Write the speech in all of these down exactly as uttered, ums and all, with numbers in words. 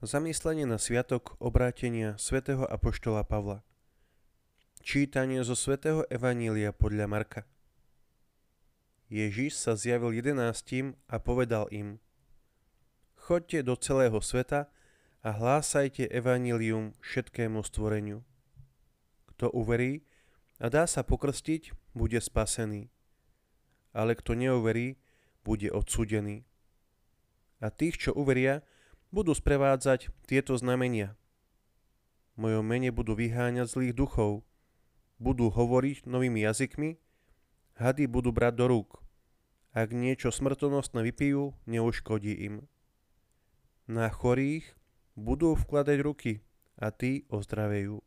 Zamyslenie na sviatok obrátenia svätého apoštola Pavla. Čítanie zo svätého Evanília podľa Marka. Ježiš sa zjavil jedenástim a povedal im: Choďte do celého sveta a hlásajte evanílium všetkému stvoreniu. Kto uverí a dá sa pokrstiť, bude spasený. Ale kto neuverí, bude odsúdený. A tých, čo uveria, budú sprevádzať tieto znamenia. V mojom mene budú vyháňať zlých duchov, budú hovoriť novými jazykmi, hady budú brať do rúk. Ak niečo smrtonosné vypijú, neuškodí im. Na chorých budú vkladať ruky a tí ozdravejú.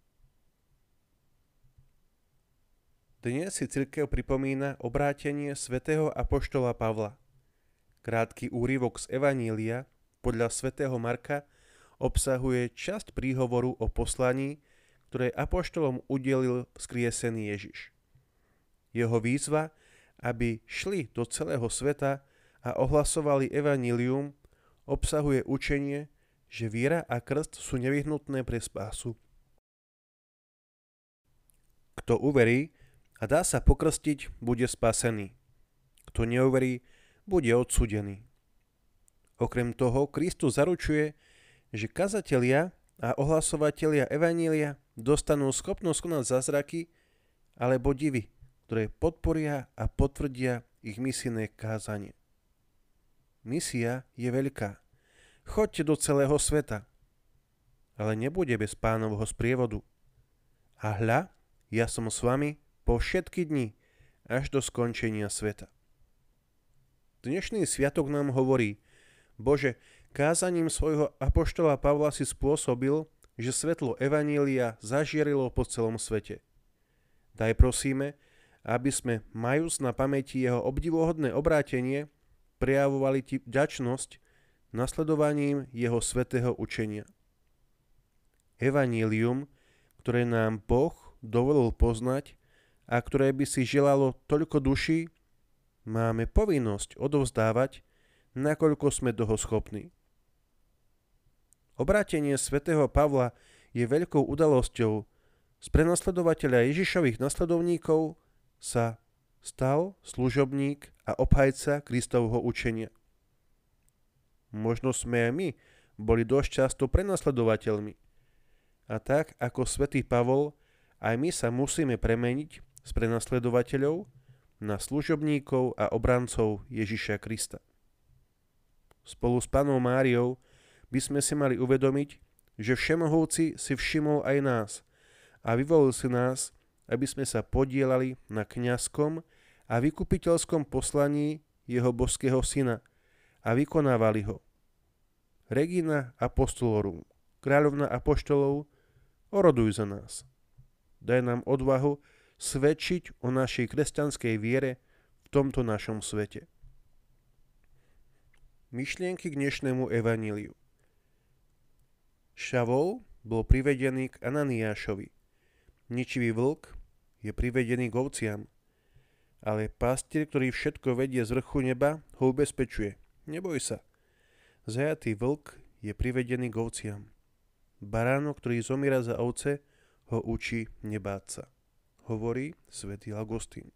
Dnes si cirkev pripomína obrátenie svätého apoštola Pavla. Krátky úryvok z Evanília podľa svätého Marka obsahuje časť príhovoru o poslaní, ktoré apoštolom udelil vzkriesený Ježiš. Jeho výzva, aby šli do celého sveta a ohlasovali evanílium, obsahuje učenie, že viera a krst sú nevyhnutné pre spásu. Kto uverí a dá sa pokrstiť, bude spasený. Kto neuverí, bude odsúdený. Okrem toho, Kristus zaručuje, že kazatelia a ohlasovatelia evanília dostanú schopnosť konať zázraky alebo divy, ktoré podporia a potvrdia ich misijné kázanie. Misia je veľká. Choďte do celého sveta, ale nebude bez Pánovho sprievodu. A hľa, ja som s vami po všetky dni, až do skončenia sveta. Dnešný sviatok nám hovorí: Bože, kázaním svojho apoštola Pavla si spôsobil, že svetlo evanília zažierilo po celom svete. Daj prosíme, aby sme, majúc na pamäti jeho obdivuhodné obrátenie, prejavovali ti vďačnosť nasledovaním jeho svätého učenia. Evanílium, ktoré nám Boh dovolil poznať a ktoré by si želalo toľko duší, máme povinnosť odovzdávať, nakoľko sme toho schopní. Obrátenie svätého Pavla je veľkou udalosťou. Z prenasledovateľa Ježišových nasledovníkov sa stal služobník a obhajca Kristovho učenia. Možno sme aj my boli dosť často prenasledovateľmi. A tak ako svätý Pavol, aj my sa musíme premeniť z prenasledovateľov na služobníkov a obrancov Ježiša Krista. Spolu s Pannou Máriou by sme si mali uvedomiť, že Všemohúci si všimol aj nás a vyvolil si nás, aby sme sa podielali na kňazskom a vykupiteľskom poslaní jeho božského syna a vykonávali ho. Regina Apostolorum, kráľovna apoštolov, oroduj za nás. Daj nám odvahu svedčiť o našej kresťanskej viere v tomto našom svete. Myšlienky k dnešnému evaníliu. Šavol bol privedený k Ananiášovi. Ničivý vlk je privedený k ovciam. Ale pastier, ktorý všetko vedie z vrchu neba, ho ubezpečuje: Neboj sa. Zajatý vlk je privedený k ovciam. Baránok, ktorý zomiera za ovce, ho učí nebáť sa. Hovorí svätý Augustín.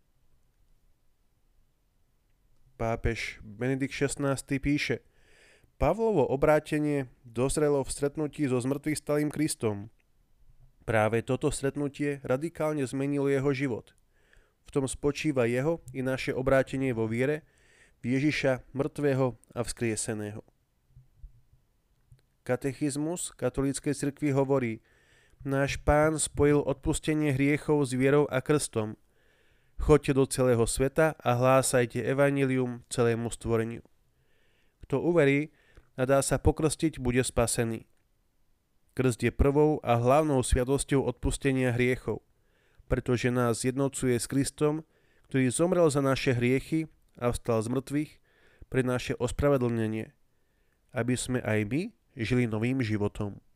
Pápež Benedikt šestnásty píše: Pavlovo obrátenie dozrelo v stretnutí so zmrtvých stalým Kristom. Práve toto stretnutie radikálne zmenilo jeho život. V tom spočíva jeho i naše obrátenie vo viere v Ježiša mŕtvého a vzkrieseného. Katechizmus katolíckej cirkvi hovorí: Náš Pán spojil odpustenie hriechov s vierou a krstom. Choďte do celého sveta a hlásajte evanílium celému stvoreniu. Kto uverí a dá sa pokrstiť, bude spasený. Krst je prvou a hlavnou sviatosťou odpustenia hriechov, pretože nás zjednocuje s Kristom, ktorý zomrel za naše hriechy a vstal z mŕtvych pre naše ospravedlnenie, aby sme aj my žili novým životom.